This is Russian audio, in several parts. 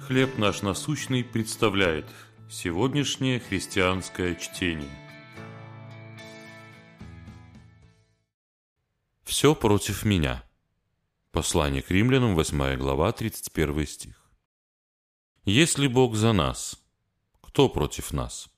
«Хлеб наш насущный» представляет сегодняшнее христианское чтение. Все против меня. Послание к римлянам, 8 глава, 31 стих. Если Бог за нас, кто против нас?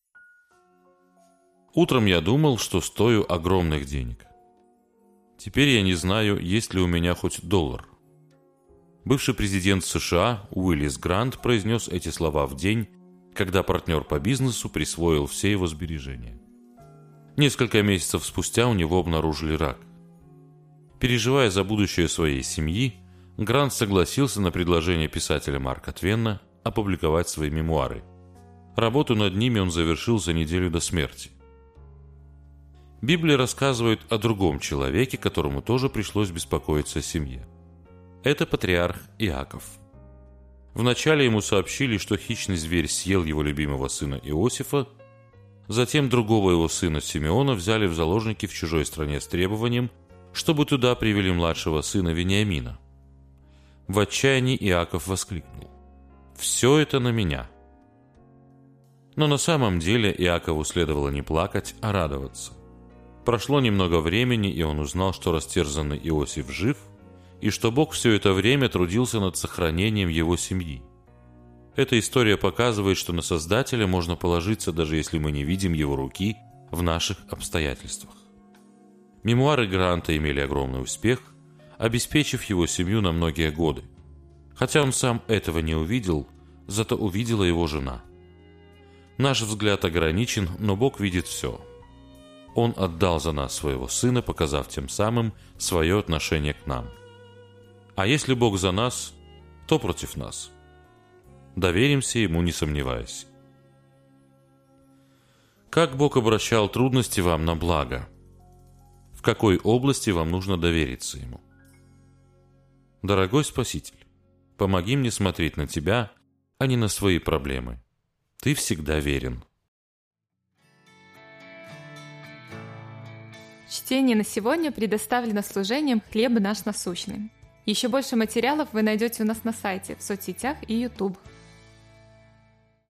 Утром я думал, что стою огромных денег. Теперь я не знаю, есть ли у меня хоть $1. Бывший президент США Уиллис Грант произнес эти слова в день, когда партнер по бизнесу присвоил все его сбережения. Несколько месяцев спустя у него обнаружили рак. Переживая за будущее своей семьи, Грант согласился на предложение писателя Марка Твена опубликовать свои мемуары. Работу над ними он завершил за неделю до смерти. Библия рассказывает о другом человеке, которому тоже пришлось беспокоиться о семье. Это патриарх Иаков. Вначале ему сообщили, что хищный зверь съел его любимого сына Иосифа, затем другого его сына Симеона взяли в заложники в чужой стране с требованием, чтобы туда привели младшего сына Вениамина. В отчаянии Иаков воскликнул: «Все это на меня». Но на самом деле Иакову следовало не плакать, а радоваться. Прошло немного времени, и он узнал, что растерзанный Иосиф жив, и что Бог все это время трудился над сохранением его семьи. Эта история показывает, что на Создателя можно положиться, даже если мы не видим его руки в наших обстоятельствах. Мемуары Гранта имели огромный успех, обеспечив его семью на многие годы. Хотя он сам этого не увидел, зато увидела его жена. Наш взгляд ограничен, но Бог видит все. Он отдал за нас своего сына, показав тем самым свое отношение к нам. А если Бог за нас, то против нас. Доверимся Ему, не сомневаясь. Как Бог обращал трудности вам на благо? В какой области вам нужно довериться Ему? Дорогой Спаситель, помоги мне смотреть на Тебя, а не на свои проблемы. Ты всегда верен. Чтение на сегодня предоставлено служением «Хлеб наш насущный». Еще больше материалов вы найдете у нас на сайте, в соцсетях и YouTube.